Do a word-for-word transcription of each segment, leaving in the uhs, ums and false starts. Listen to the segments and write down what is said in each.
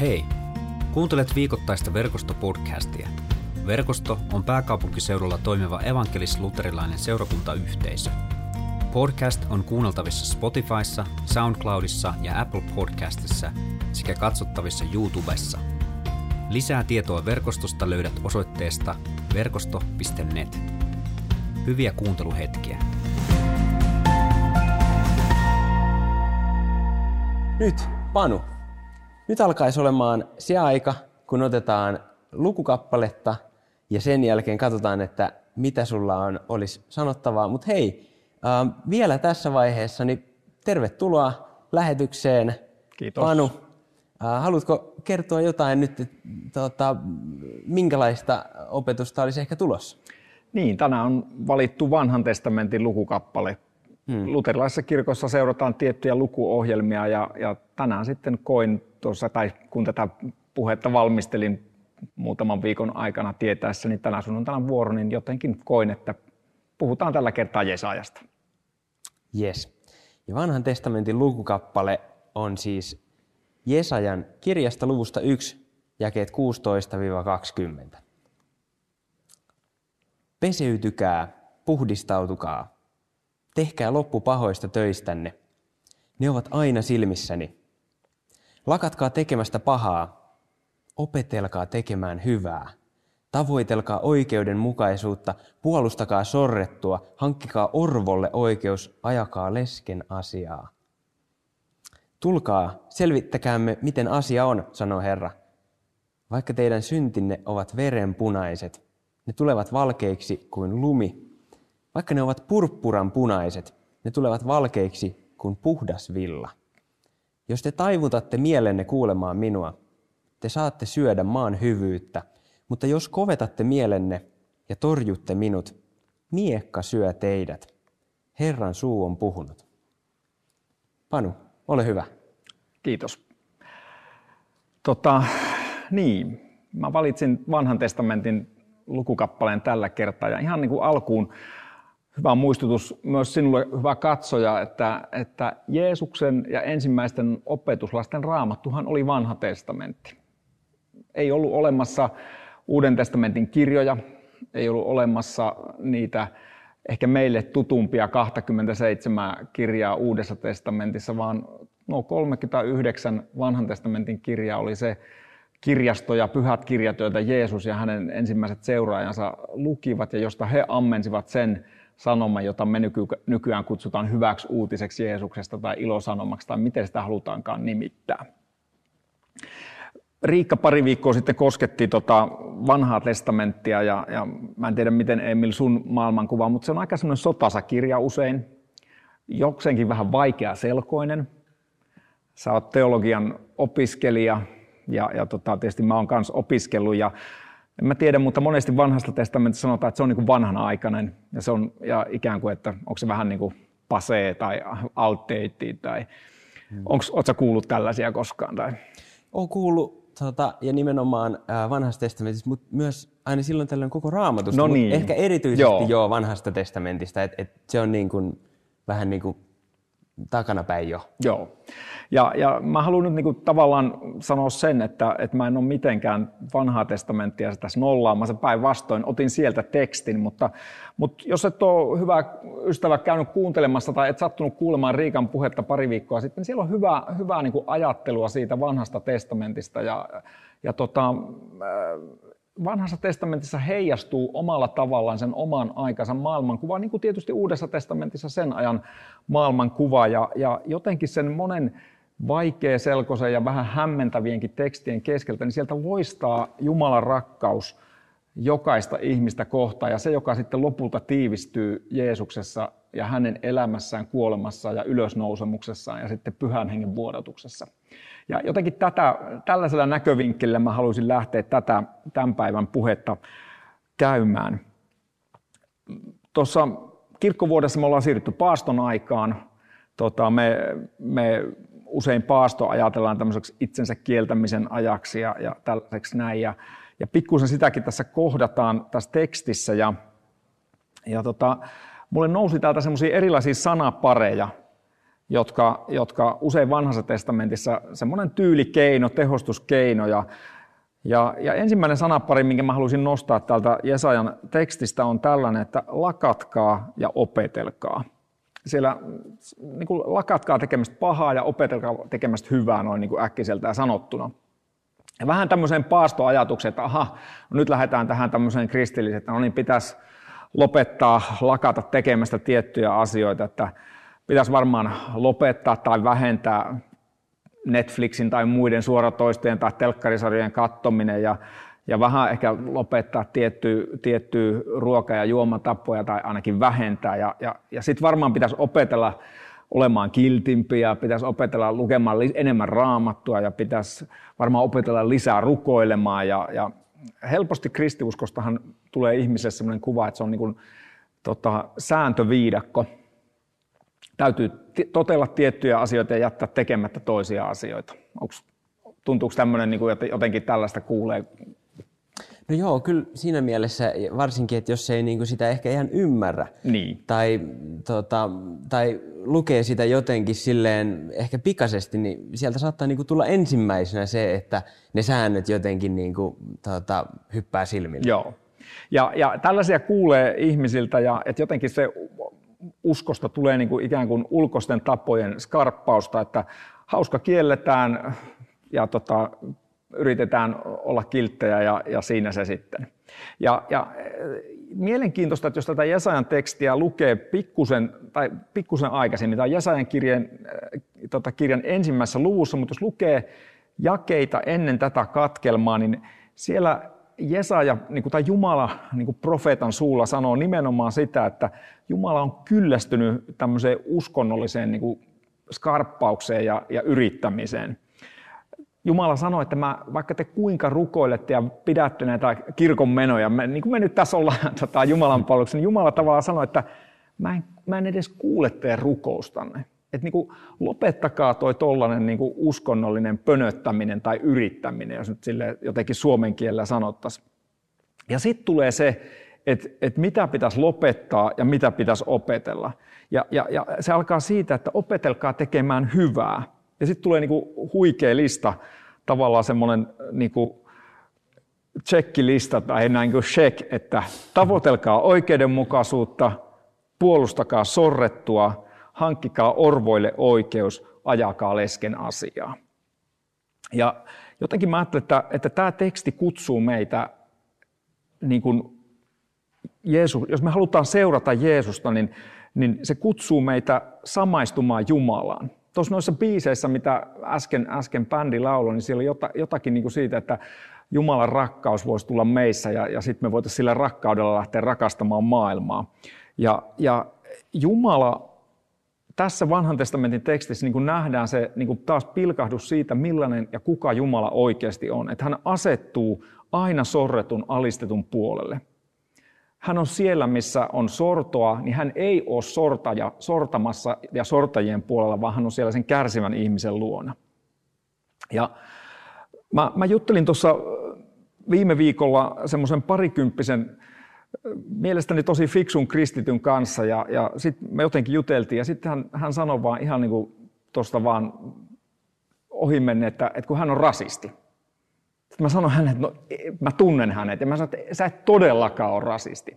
Hei! Kuuntelet viikoittaista Verkosto-podcastia. Verkosto on pääkaupunkiseudulla toimiva evankelis-luterilainen seurakuntayhteisö. Podcast on kuunneltavissa Spotifyssa, SoundCloudissa ja Apple Podcastissa sekä katsottavissa YouTubessa. Lisää tietoa verkostosta löydät osoitteesta verkosto piste net. Hyviä kuunteluhetkiä. Nyt, Panu. Nyt alkaisi olemaan se aika, kun otetaan lukukappaletta ja sen jälkeen katsotaan, että mitä sulla on, olisi sanottavaa. Mutta hei, äh, vielä tässä vaiheessa, niin tervetuloa lähetykseen. Kiitos. Panu, äh, haluatko kertoa jotain nyt, että, tuota, minkälaista opetusta olisi ehkä tulossa? Niin, tänään on valittu Vanhan testamentin lukukappale. Hmm. Luterilaisessa kirkossa seurataan tiettyjä lukuohjelmia ja, ja tänään sitten koin tuossa, tai kun tätä puhetta valmistelin muutaman viikon aikana tietäessäni tänä sunnuntaina vuoro, niin jotenkin koin, että puhutaan tällä kertaa Jesajasta. Yes. Ja Vanhan testamentin lukukappale on siis Jesajan kirjasta luvusta yksi, jakeet kuusitoista kaksikymmentä. Peseytykää, puhdistautukaa. Tehkää loppu pahoista töistänne. Ne ovat aina silmissäni. Lakatkaa tekemästä pahaa. Opetelkaa tekemään hyvää. Tavoitelkaa oikeudenmukaisuutta. Puolustakaa sorrettua. Hankkikaa orvolle oikeus. Ajakaa lesken asiaa. Tulkaa, selvittäkäämme, miten asia on, sanoo Herra. Vaikka teidän syntinne ovat verenpunaiset, ne tulevat valkeiksi kuin lumi. Vaikka ne ovat purppuran punaiset, ne tulevat valkeiksi kuin puhdas villa. Jos te taivutatte mielenne kuulemaan minua, te saatte syödä maan hyvyyttä, mutta jos kovetatte mielenne ja torjutte minut, miekka syö teidät. Herran suu on puhunut. Panu, ole hyvä. Kiitos. Tota, niin, mä valitsin Vanhan testamentin lukukappaleen tällä kertaa ja ihan niin kuin alkuun hyvä muistutus myös sinulle, hyvä katsoja, että, että Jeesuksen ja ensimmäisten opetuslasten raamattuhan oli Vanha testamentti. Ei ollut olemassa Uuden testamentin kirjoja, ei ollut olemassa niitä ehkä meille tutumpia kaksikymmentäseitsemän kirjaa Uudessa testamentissa, vaan no kolmekymmentäyhdeksän Vanhan testamentin kirjaa oli se kirjasto ja pyhät kirjat, joita Jeesus ja hänen ensimmäiset seuraajansa lukivat ja josta he ammensivat sen sanoman, jota me nyky- nykyään kutsutaan hyväksi uutiseksi Jeesuksesta tai ilosanomaksi tai miten sitä halutaankaan nimittää. Riikka pari viikkoa sitten kosketti tota Vanhaa testamenttia ja, ja mä en tiedä miten Emil sun maailmankuva, mutta se on aika semmoinen sotasa kirja usein, jokseenkin vähän vaikeaselkoinen. Sä oot teologian opiskelija ja, ja tota, tietysti mä oon kanssa opiskellut ja en mä tiedä, mutta monesti Vanhasta testamentissa sanotaan, että se on niin kuin vanhanaikainen ja se on ja ikään kuin, että onko se vähän niin kuin pasee tai outdated tai hmm. ootko sä kuullut tällaisia koskaan? Tai? Olen kuullut tota, ja nimenomaan äh, Vanhasta testamentista, mutta myös aina silloin tällöin koko Raamatusta, no mutta niin. ehkä erityisesti joo. joo Vanhasta testamentista, että et se on niin kuin, vähän niin kuin takanapäin jo. Joo. Ja, ja mä haluan nyt niinku tavallaan sanoa sen, että, että mä en ole mitenkään Vanhaa testamenttia tässä nollaamassa. Päinvastoin otin sieltä tekstin, mutta, mutta jos et ole hyvä ystävä käynyt kuuntelemassa tai et sattunut kuulemaan Riikan puhetta pari viikkoa sitten, niin siellä on hyvää, hyvää niinku ajattelua siitä Vanhasta testamentista. Ja, ja tota, Vanhassa testamentissa heijastuu omalla tavallaan sen oman aikansa maailmankuva, niin kuin tietysti Uudessa testamentissa sen ajan maailmankuva. Ja, ja jotenkin sen monen vaikeaselkoisen ja vähän hämmentävienkin tekstien keskeltä, niin sieltä loistaa Jumalan rakkaus jokaista ihmistä kohtaan. Ja se, joka sitten lopulta tiivistyy Jeesuksessa ja hänen elämässään, kuolemassaan ja ylösnousemuksessaan ja sitten pyhän hengen vuodatuksessa. Ja jotenkin tätä, tällaisella näkövinkkelillä mä haluaisin lähteä tätä tämän päivän puhetta käymään. Tuossa kirkkovuodessa me ollaan siirrytty paaston aikaan. Tota, me, me usein paasto ajatellaan tämmöiseksi itsensä kieltämisen ajaksi ja, ja tällaiseksi näin. Ja, ja pikkusen sitäkin tässä kohdataan tässä tekstissä. Ja, ja tota, mulle nousi täältä semmoisia erilaisia sanapareja, jotka, jotka usein vanhassa testamentissa semmoinen tyylikeino, tehostuskeino. Ja, ja, ja ensimmäinen sanapari, minkä mä haluaisin nostaa täältä Jesajan tekstistä, on tällainen, että lakatkaa ja opetelkaa. Siellä niin kuin lakatkaa tekemästä pahaa ja opetelkaa tekemästä hyvää noin niin kuin äkkiseltään sanottuna. Ja vähän tämmöiseen paastoajatukseen, että aha, no nyt lähdetään tähän tämmöiseen kristilliseen, että no niin pitäisi lopettaa, lakata tekemästä tiettyjä asioita, että pitäisi varmaan lopettaa tai vähentää Netflixin tai muiden suoratoistojen tai telkkarisarjojen katsominen ja, ja vähän ehkä lopettaa tiettyä, tiettyä ruoka- ja juomatapoja tai ainakin vähentää. Ja, ja, ja sitten varmaan pitäisi opetella olemaan kiltimpiä, pitäisi opetella lukemaan enemmän raamattua ja pitäisi varmaan opetella lisää rukoilemaan. Ja, ja helposti kristiuskostahan tulee ihmiselle sellainen kuva, että se on niin kuin, tota, sääntöviidakko. Täytyy totella tiettyjä asioita ja jättää tekemättä toisia asioita. Onks, tuntuuko tämmöinen niin kuin jotenkin tällaista kuulee? No joo, kyllä siinä mielessä varsinkin, että jos ei niin kuin sitä ehkä ihan ymmärrä niin. tai, tota, tai lukee sitä jotenkin silleen ehkä pikaisesti, niin sieltä saattaa niin kuin tulla ensimmäisenä se, että ne säännöt jotenkin niin kuin, tota, hyppää silmille. Joo, ja, ja tällaisia kuulee ihmisiltä, ja että jotenkin se uskosta tulee niin kuin ikään kuin ulkoisten tapojen skarppausta, että hauska kielletään ja tota, yritetään olla kilttejä ja, ja siinä se sitten. Ja, ja mielenkiintoista, että jos tätä Jesajan tekstiä lukee pikkusen, tai pikkusen aikaisemmin, tai Jesajan kirjan, tota, kirjan ensimmäisessä luvussa, mutta jos lukee jakeita ennen tätä katkelmaa, niin siellä Jesaja niin kuin, tai Jumala niin kuin profeetan suulla sanoo nimenomaan sitä, että Jumala on kyllästynyt tämmöiseen uskonnolliseen niin kuin skarppaukseen ja, ja yrittämiseen. Jumala sanoi, että mä, vaikka te kuinka rukoilette ja pidätte näitä kirkon menoja, me, niin kuin me nyt tässä ollaan tota, Jumalan palveluksessa, niin Jumala tavallaan sanoi, että mä en, mä en edes kuule teidän rukoustanne. Että niin kuin, lopettakaa toi tollainen niin kuin uskonnollinen pönöttäminen tai yrittäminen, jos nyt sille jotenkin suomen kielellä sanottaisiin. Ja sitten tulee se, että, että mitä pitäisi lopettaa ja mitä pitäisi opetella. Ja, ja, ja se alkaa siitä, että opetelkaa tekemään hyvää. Ja sitten tulee niinku huikea lista, tavallaan semmoinen niinku checklista tai näin kuin check, että tavoitelkaa oikeudenmukaisuutta, puolustakaa sorrettua, hankkikaa orvoille oikeus, ajakaa lesken asiaa. Ja jotenkin mä ajattelen, että, että tämä teksti kutsuu meitä, niin kuin Jeesus, jos me halutaan seurata Jeesusta, niin, niin se kutsuu meitä samaistumaan Jumalaan. Tuossa noissa biiseissä, mitä äsken, äsken bändi lauloi, niin siellä oli jotakin niin kuin siitä, että Jumalan rakkaus voisi tulla meissä ja, ja sitten me voitaisiin sillä rakkaudella lähteä rakastamaan maailmaa. Ja, ja Jumala tässä vanhan testamentin tekstissä niin kuin nähdään se niin kuin taas pilkahdus siitä, millainen ja kuka Jumala oikeasti on. Että hän asettuu aina sorretun, alistetun puolelle. Hän on siellä, missä on sortoa, niin hän ei ole sortaja, sortamassa ja sortajien puolella, vaan hän on siellä sen kärsivän ihmisen luona. Ja mä, mä juttelin tuossa viime viikolla semmoisen parikymppisen, mielestäni tosi fiksun kristityn kanssa, ja, ja sitten me jotenkin juteltiin, ja sitten hän, hän sanoi vaan ihan niin kuin tuosta vaan ohimenne, että, että kun hän on rasisti. Sitten mä sanoin hänelle, että no, mä tunnen hänet, ja mä sanoin, että sä et todellakaan ole rasisti.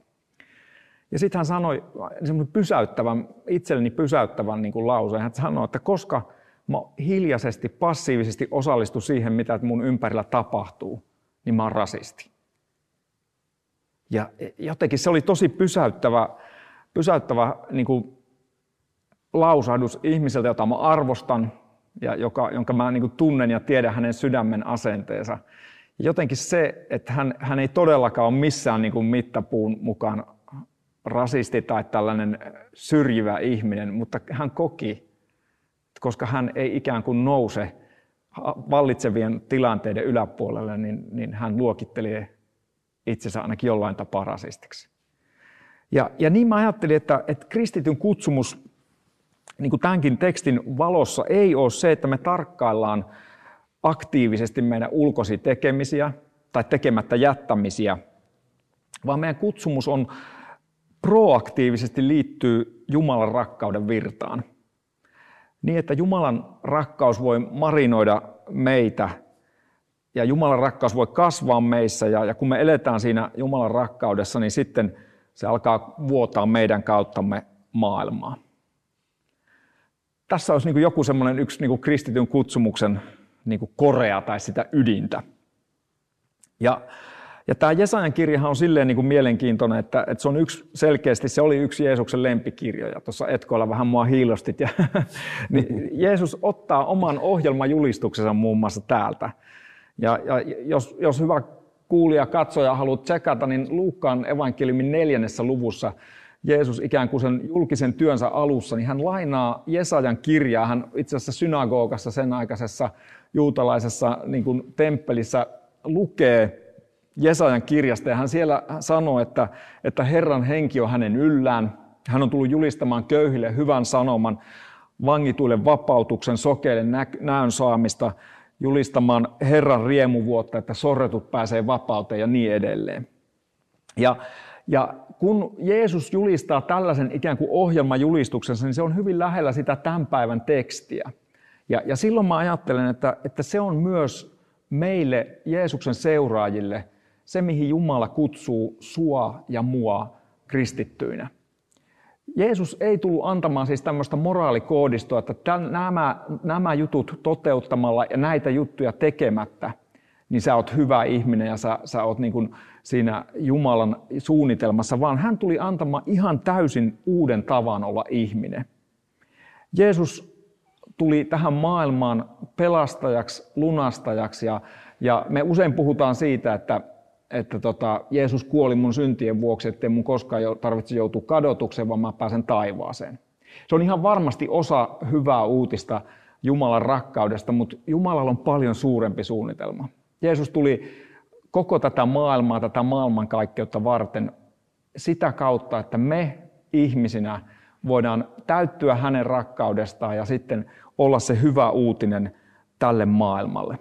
Ja sitten hän sanoi semmoinen pysäyttävän, itselleni pysäyttävän niin kuin lauseen. Hän sanoi, että koska mä hiljaisesti, passiivisesti osallistun siihen, mitä mun ympärillä tapahtuu, niin mä oon rasisti. Ja jotenkin se oli tosi pysäyttävä, pysäyttävä niin kuin lausahdus ihmiseltä, jota mä arvostan, ja joka, jonka mä niin kuin tunnen ja tiedän hänen sydämen asenteensa. Ja jotenkin se, että hän, hän ei todellakaan ole missään niin kuin mittapuun mukaan rasisti tai tällainen syrjivä ihminen, mutta hän koki, koska hän ei ikään kuin nouse vallitsevien tilanteiden yläpuolelle, niin, niin hän luokitteli itsensä ainakin jollain tapaa rasistiksi. Ja, ja niin mä ajattelin, että, että kristityn kutsumus niin kuin tämänkin tekstin valossa ei ole se, että me tarkkaillaan aktiivisesti meidän ulkoisia tekemisiä tai tekemättä jättämisiä, vaan meidän kutsumus on proaktiivisesti liittyy Jumalan rakkauden virtaan. niin että Jumalan rakkaus voi marinoida meitä ja Jumalan rakkaus voi kasvaa meissä ja, ja kun me eletään siinä Jumalan rakkaudessa, niin sitten se alkaa vuotaa meidän kauttamme maailmaa. Tässä olisi niin kuin joku semmoinen yksi niin kuin kristityn kutsumuksen niin kuin korea tai sitä ydintä. Ja, ja tämä Jesajan kirjahan on silleen niin kuin mielenkiintoinen, että, että se on yksi, selkeästi se oli yksi Jeesuksen lempikirjoja. Tuossa Etkoilla vähän mua hiilostit. Ja, niin Jeesus ottaa oman ohjelmajulistuksensa muun muassa täältä. Ja, ja jos, jos hyvä kuulija, katsoja haluat tsekata, niin Luukkaan evankeliumin neljännessä luvussa Jeesus ikään kuin sen julkisen työnsä alussa, niin hän lainaa Jesajan kirjaa. Hän itse asiassa synagogassa, sen aikaisessa juutalaisessa niin kuin temppelissä lukee Jesajan kirjasta ja hän siellä sanoo, että, että Herran henki on hänen yllään. Hän on tullut julistamaan köyhille hyvän sanoman, vangituille vapautuksen, sokeille näön saamista, julistamaan Herran riemuvuotta, että sorretut pääsee vapauteen ja niin edelleen. Ja, ja kun Jeesus julistaa tällaisen ikään kuin ohjelmajulistuksensa, niin se on hyvin lähellä sitä tämän päivän tekstiä. Ja, ja silloin mä ajattelen, että, että se on myös meille Jeesuksen seuraajille se, mihin Jumala kutsuu sua ja mua kristittyinä. Jeesus ei tullut antamaan siis tämmöistä moraalikoodistoa, että tämän, nämä, nämä jutut toteuttamalla ja näitä juttuja tekemättä, niin sä oot hyvä ihminen ja sä, sä oot niin kuin siinä Jumalan suunnitelmassa, vaan hän tuli antamaan ihan täysin uuden tavan olla ihminen. Jeesus tuli tähän maailmaan pelastajaksi, lunastajaksi ja, ja me usein puhutaan siitä, että että tota, Jeesus kuoli mun syntien vuoksi, ettei mun koskaan tarvitse joutua kadotukseen, vaan mä pääsen taivaaseen. Se on ihan varmasti osa hyvää uutista Jumalan rakkaudesta, mutta Jumalalla on paljon suurempi suunnitelma. Jeesus tuli koko tätä maailmaa, tätä maailmankaikkeutta varten sitä kautta, että me ihmisinä voidaan täyttyä hänen rakkaudestaan ja sitten olla se hyvä uutinen tälle maailmalle.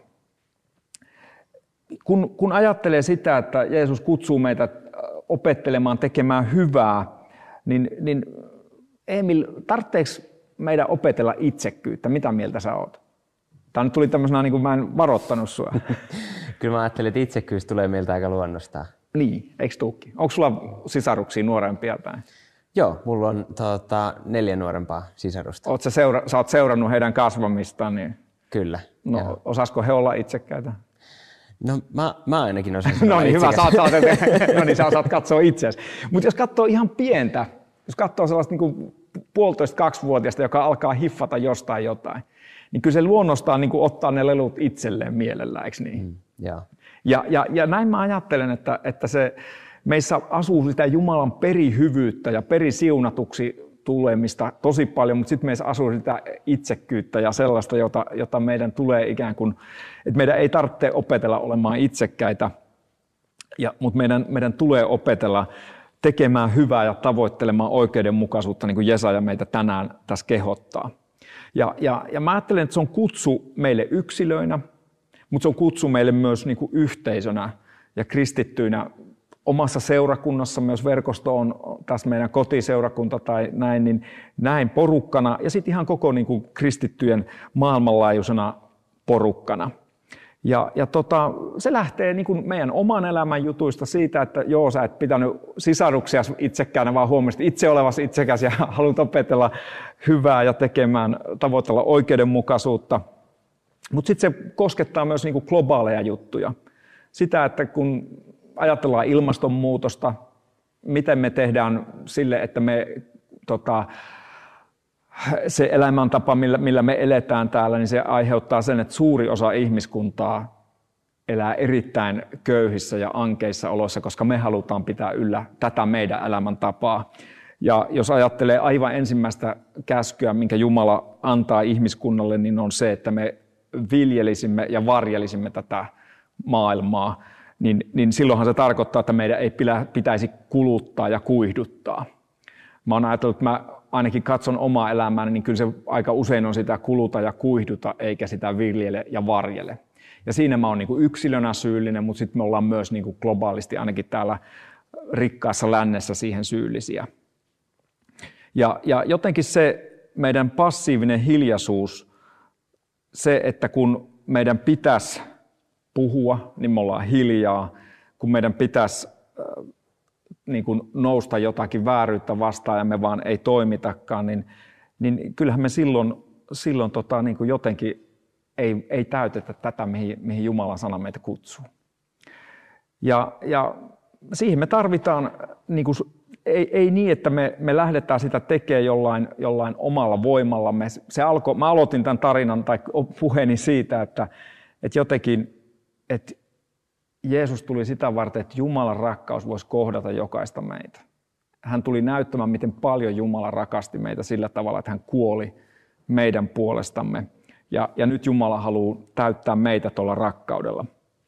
Kun, kun ajattelee sitä, että Jeesus kutsuu meitä opettelemaan, tekemään hyvää, niin, niin Emil, tarvitseeko meidän opetella itsekkyyttä? Mitä mieltä sä oot? Tämä nyt tuli tämmöisenä, niin kuin mä en varoittanut sua. Kyllä mä ajattelin, että itsekkyys tulee meiltä aika luonnostaan. Niin, eikö tuukin? Onko sulla sisaruksia nuorempia tai? Joo, mulla on tota, neljä nuorempaa sisarusta. Oot sä, seura- sä oot seurannut heidän kasvamistaan, niin... Kyllä. No, joo. Osaisiko he olla itsekkäitä? No mä, mä ainakin osaisin No niin, hyvä, saat, saat, no niin, sä osaat katsoa itseäsi. Mutta jos katsoo ihan pientä, jos katsoo sellaista niin kuin puolitoista kaksivuotiaista, joka alkaa hiffata jostain jotain, niin kyllä se luonnostaan niin kuin ottaa ne lelut itselleen mielellään, eikö niin? Mm, yeah. ja, ja, ja näin mä ajattelen, että, että se, meissä asuu sitä Jumalan perihyvyyttä ja perisiunatuksi tulemista tosi paljon, mutta sitten meissä asuu sitä itsekkyyttä ja sellaista, jota, jota meidän tulee ikään kuin, että meidän ei tarvitse opetella olemaan itsekkäitä, ja, mutta meidän, meidän tulee opetella tekemään hyvää ja tavoittelemaan oikeudenmukaisuutta, niin kuin Jesaja meitä tänään tässä kehottaa. Ja, ja, ja mä ajattelen, että se on kutsu meille yksilöinä, mutta se on kutsu meille myös niin kuin yhteisönä ja kristittyinä omassa seurakunnassa, myös verkosto on tässä meidän kotiseurakunta tai näin, niin näin porukkana ja sitten ihan koko niin kuin kristittyjen maailmanlaajuisena porukkana. Ja, ja tota, se lähtee niin kuin meidän oman elämän jutuista siitä, että joo, sä et pitänyt sisaruksia itsekkäänä, vaan huomasit itse olevasi itsekäs ja haluat opetella hyvää ja tekemään, tavoitella oikeudenmukaisuutta. Mutta sitten se koskettaa myös niin kuin globaaleja juttuja. Sitä, että kun ajatellaan ilmastonmuutosta, miten me tehdään sille, että me, tota, se elämäntapa, millä, millä me eletään täällä, niin se aiheuttaa sen, että suuri osa ihmiskuntaa elää erittäin köyhissä ja ankeissa oloissa, koska me halutaan pitää yllä tätä meidän elämäntapaa. Ja jos ajattelee aivan ensimmäistä käskyä, minkä Jumala antaa ihmiskunnalle, niin on se, että me viljelisimme ja varjelisimme tätä maailmaa. Niin, niin silloinhan se tarkoittaa, että meidän ei pitäisi kuluttaa ja kuihduttaa. Mä oon ajatellut, että mä ainakin katson omaa elämääni, niin kyllä se aika usein on sitä kuluta ja kuihduta, eikä sitä viljele ja varjele. Ja siinä mä oon niin kuin yksilönä syyllinen, mutta sitten me ollaan myös niin kuin globaalisti ainakin täällä rikkaassa lännessä siihen syyllisiä. Ja, ja jotenkin se, meidän passiivinen hiljaisuus, se, että kun meidän pitäisi puhua, niin me ollaan hiljaa. Kun meidän pitäisi äh, niin kuin nousta jotakin vääryyttä vastaan ja me vaan ei toimitakaan, niin, niin kyllähän me silloin, silloin tota, niin kuin jotenkin ei, ei täytetä tätä, mihin, mihin Jumalan sana meitä kutsuu. Ja, ja siihen me tarvitaan, niin kuin, ei, ei niin, että me, me lähdetään sitä tekemään jollain, jollain omalla voimallamme. Se alkoi, mä aloitin tämän tarinan tai puheeni siitä, että, että jotenkin, että Jeesus tuli sitä varten, että Jumalan rakkaus voisi kohdata jokaista meitä. Hän tuli näyttämään, miten paljon Jumala rakasti meitä sillä tavalla, että hän kuoli meidän puolestamme. Ja, ja nyt Jumala haluaa täyttää meitä tuolla rakkaudella.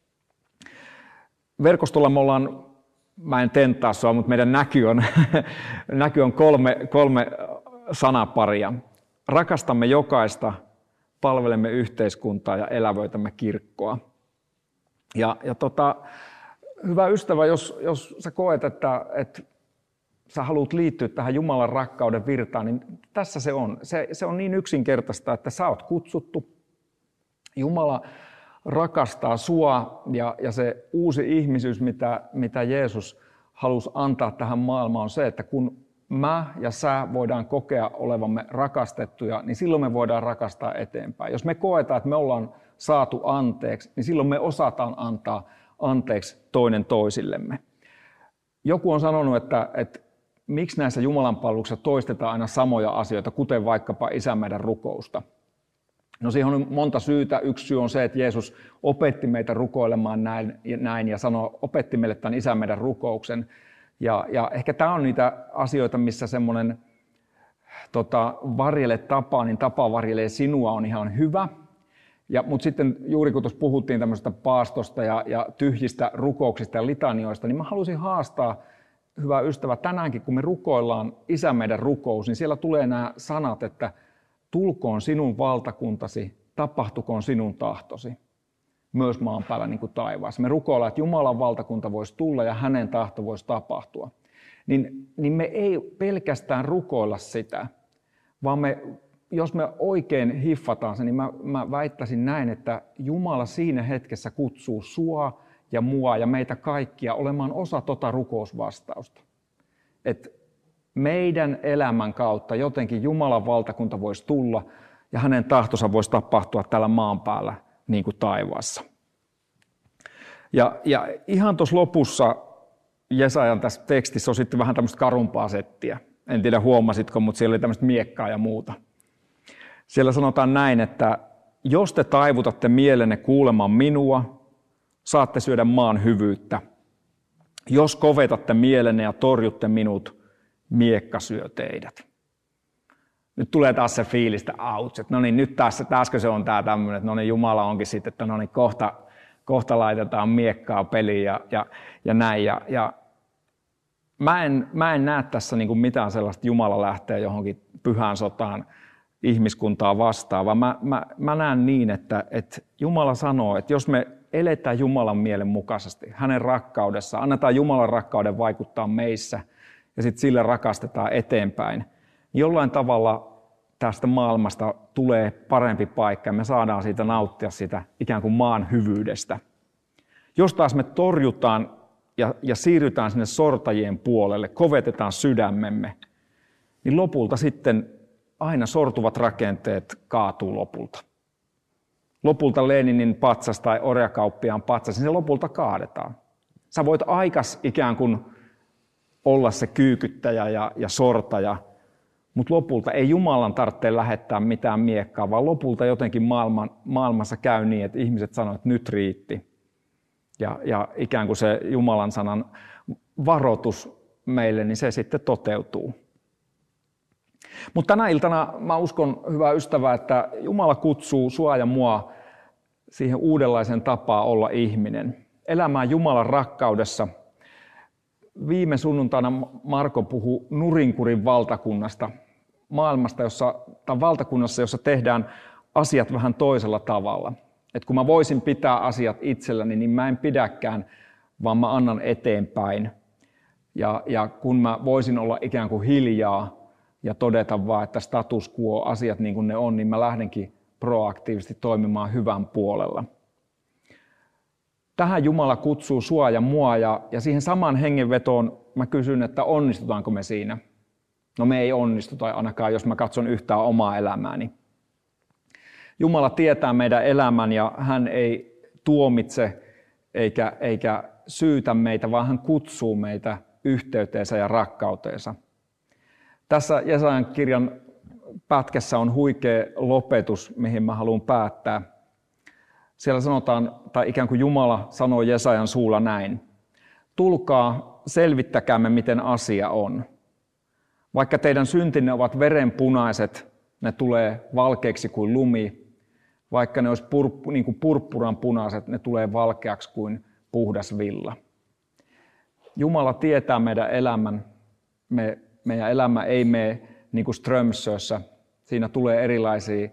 Verkostolla me ollaan, mä en tenttaa sua, mutta meidän näky on, näky on kolme, kolme sanaparia. Rakastamme jokaista, palvelemme yhteiskuntaa ja elävöitämme kirkkoa. Ja, ja tota, hyvä ystävä, jos, jos sä koet, että, että sä haluat liittyä tähän Jumalan rakkauden virtaan, niin tässä se on. Se, se on niin yksinkertaista, että sä oot kutsuttu. Jumala rakastaa sua ja, ja se uusi ihmisyys, mitä, mitä Jeesus halusi antaa tähän maailmaan, on se, että kun mä ja sä voidaan kokea olevamme rakastettuja, niin silloin me voidaan rakastaa eteenpäin. Jos me koetaan, että me ollaan saatu anteeksi, niin silloin me osataan antaa anteeksi toinen toisillemme. Joku on sanonut, että, että miksi näissä Jumalan palveluksissa toistetaan aina samoja asioita, kuten vaikkapa Isä meidän rukousta. No siihen on monta syytä. Yksi syy on se, että Jeesus opetti meitä rukoilemaan näin, näin ja sanoi, opetti meille tämän Isä meidän rukouksen. Ja, ja ehkä tämä on niitä asioita, missä semmoinen tota, varjele tapaa, niin tapa varjelee sinua on ihan hyvä. Ja, mutta sitten juuri kun tuossa puhuttiin tämmöisestä paastosta ja, ja tyhjistä rukouksista ja litanioista, niin mä halusin haastaa, hyvä ystävä, tänäänkin kun me rukoillaan Isä meidän rukous, niin siellä tulee nämä sanat, että tulkoon sinun valtakuntasi, tapahtukoon sinun tahtosi, myös maan päällä niin kuin taivaassa. Me rukoillaan, että Jumalan valtakunta voisi tulla ja hänen tahto voisi tapahtua. Niin, niin me ei pelkästään rukoilla sitä, vaan me, jos me oikein hiffataan se, niin mä, mä väittäisin näin, että Jumala siinä hetkessä kutsuu sua ja mua ja meitä kaikkia olemaan osa tota rukousvastausta. Että meidän elämän kautta jotenkin Jumalan valtakunta voisi tulla ja hänen tahtonsa voisi tapahtua täällä maan päällä niin kuin taivaassa. Ja, ja ihan tuossa lopussa Jesajan tässä tekstissä on sitten vähän tämmöistä karumpaa settiä. En tiedä huomasitko, mutta siellä oli tämmöistä miekkaa ja muuta. Siellä sanotaan näin, että jos te taivutatte mielenne kuulemaan minua, saatte syödä maan hyvyyttä. Jos kovetatte mielenne ja torjutte minut, miekka syö teidät. Nyt tulee taas se fiilis, että auts, että no niin, nyt taas, taaskö se on tämä tämmöinen, että no niin, Jumala onkin sitten, että no niin, kohta, kohta laitetaan miekkaa peliin ja, ja, ja näin. Ja, ja mä, en, mä en näe tässä niin kuin mitään sellaista, Jumala lähtee johonkin pyhään sotaan ihmiskuntaa vastaan, vaan mä, mä, mä näen niin, että, että Jumala sanoo, että jos me eletään Jumalan mielen mukaisesti, hänen rakkaudessa, annetaan Jumalan rakkauden vaikuttaa meissä ja sitten sille rakastetaan eteenpäin, niin jollain tavalla tästä maailmasta tulee parempi paikka ja me saadaan siitä nauttia sitä ikään kuin maan hyvyydestä. Jos taas me torjutaan ja, ja siirrytään sinne sortajien puolelle, kovetetaan sydämemme, niin lopulta sitten aina sortuvat rakenteet kaatuu lopulta. Lopulta Leninin patsas tai orjakauppiaan patsas, niin se lopulta kaadetaan. Sä voit aikas ikään kuin olla se kyykyttäjä ja, ja sortaja, mutta lopulta ei Jumalan tarvitse lähettää mitään miekkaa, vaan lopulta jotenkin maailman, maailmassa käy niin, että ihmiset sanoo, että nyt riitti. Ja, ja ikään kuin se Jumalan sanan varoitus meille, niin se sitten toteutuu. Mutta tänä iltana mä uskon, hyvä ystävä, että Jumala kutsuu sua ja mua siihen uudenlaisen tapaan olla ihminen. Elämään Jumalan rakkaudessa. Viime sunnuntaina Marko puhui nurinkurin valtakunnasta, maailmasta, jossa, tai valtakunnassa, jossa tehdään asiat vähän toisella tavalla. Et kun mä voisin pitää asiat itselläni, niin mä en pidäkään, vaan mä annan eteenpäin. Ja, ja kun mä voisin olla ikään kuin hiljaa, ja todeta vaan, että status quo, asiat niin kuin ne on, niin mä lähdenkin proaktiivisesti toimimaan hyvän puolella. Tähän Jumala kutsuu sua ja mua, ja, ja siihen samaan hengenvetoon mä kysyn, että onnistutaanko me siinä. No me ei onnistuta, ainakaan jos mä katson yhtään omaa elämääni. Jumala tietää meidän elämän ja hän ei tuomitse eikä, eikä syytä meitä, vaan hän kutsuu meitä yhteyteensä ja rakkauteensa. Tässä Jesajan kirjan pätkässä on huikea lopetus, mihin mä haluan päättää. Siellä sanotaan, tai ikään kuin Jumala sanoo Jesajan suulla näin. Tulkaa, selvittäkäämme, miten asia on. Vaikka teidän syntinne ovat verenpunaiset, ne tulee valkeiksi kuin lumi. Vaikka ne olisi purp, niin kuin purppuran punaiset, ne tulee valkeaksi kuin puhdas villa. Jumala tietää meidän elämän. Me, meidän elämä ei mene niin kuin Strömsössä. Siinä tulee erilaisia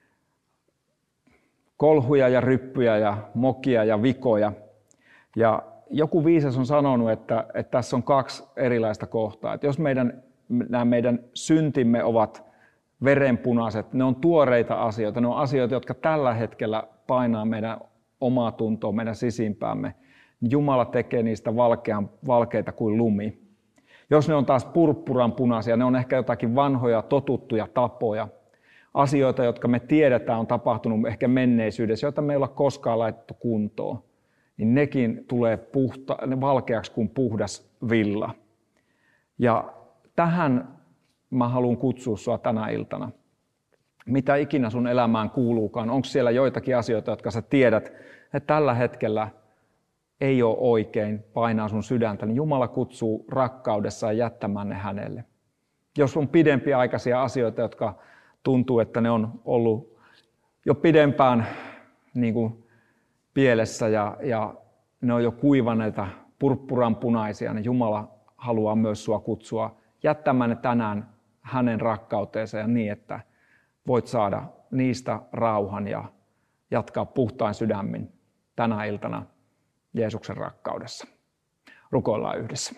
kolhuja ja ryppyjä ja mokia ja vikoja. Ja joku viisas on sanonut, että, että tässä on kaksi erilaista kohtaa. Että jos meidän, nämä meidän syntimme ovat verenpunaiset, ne on tuoreita asioita, ne on asioita, jotka tällä hetkellä painaa meidän omaa tuntoa, meidän sisimpäämme, niin Jumala tekee niistä valkean, valkeita kuin lumi. Jos ne on taas purppuran punaisia, ne on ehkä jotakin vanhoja, totuttuja tapoja, asioita, jotka me tiedetään on tapahtunut ehkä menneisyydessä, joita me ei olla koskaan laitettu kuntoon, niin nekin tulee puhta, ne valkeaksi kuin puhdas villa. Ja tähän mä haluan kutsua sua tänä iltana. Mitä ikinä sun elämään kuuluukaan, onko siellä joitakin asioita, jotka sä tiedät, että tällä hetkellä ei ole oikein, painaa sun sydäntä, niin Jumala kutsuu rakkaudessaan jättämään ne hänelle. Jos on pidempiaikaisia asioita, jotka tuntuu, että ne on ollut jo pidempään niin kuin pielessä ja, ja ne on jo kuivaneita, purppuranpunaisia, niin Jumala haluaa myös sua kutsua jättämään ne tänään hänen rakkauteensa ja niin, että voit saada niistä rauhan ja jatkaa puhtain sydämin tänä iltana Jeesuksen rakkaudessa. Rukoillaan yhdessä.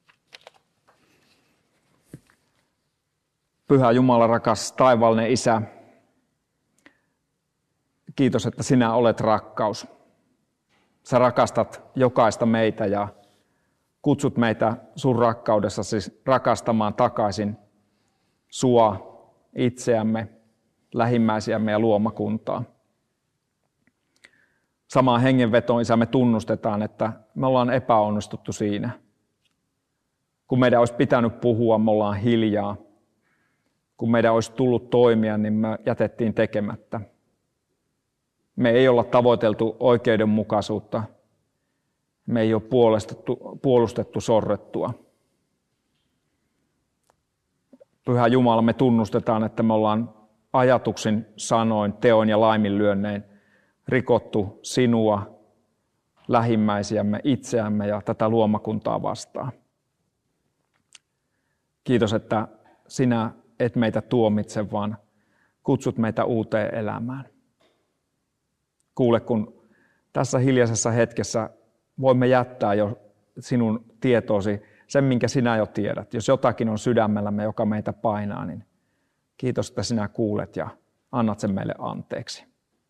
Pyhä Jumala, rakas taivaallinen Isä, kiitos, että sinä olet rakkaus. Sä rakastat jokaista meitä ja kutsut meitä sun rakkaudessasi rakastamaan takaisin sua, itseämme, lähimmäisiämme ja luomakuntaa. Samaan hengenvetoon, Isä, me tunnustetaan, että me ollaan epäonnistuttu siinä. Kun meidän olisi pitänyt puhua, me ollaan hiljaa. Kun meidän olisi tullut toimia, niin me jätettiin tekemättä. Me ei olla tavoiteltu oikeudenmukaisuutta. Me ei ole puolustettu, puolustettu sorrettua. Pyhä Jumala, me tunnustetaan, että me ollaan ajatuksin, sanoin, teoin ja laiminlyönnein rikottu sinua, lähimmäisiämme, itseämme ja tätä luomakuntaa vastaan. Kiitos, että sinä et meitä tuomitse, vaan kutsut meitä uuteen elämään. Kuule, kun tässä hiljaisessa hetkessä voimme jättää jo sinun tietoosi sen, minkä sinä jo tiedät. Jos jotakin on sydämellämme, joka meitä painaa, niin kiitos, että sinä kuulet ja annat sen meille anteeksi.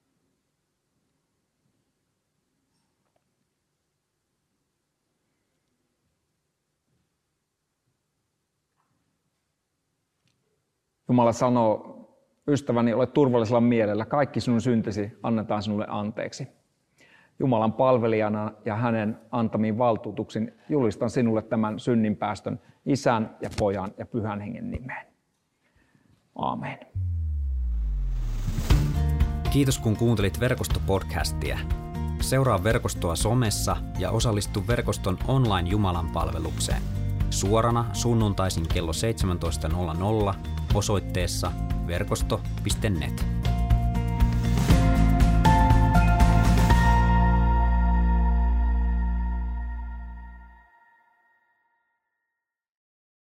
Jumala sanoo, ystäväni, ole turvallisella mielellä, kaikki sinun syntisi annetaan sinulle anteeksi. Jumalan palvelijana ja hänen antamiin valtuutuksin julistan sinulle tämän synninpäästön Isän ja Pojan ja Pyhän Hengen nimeen. Aamen. Kiitos kun kuuntelit Verkosto-podcastia. Seuraa Verkostoa somessa ja osallistu Verkoston online Jumalan palvelukseen. Suorana sunnuntaisin kello seitsemäntoista nolla nolla osoitteessa verkosto piste net.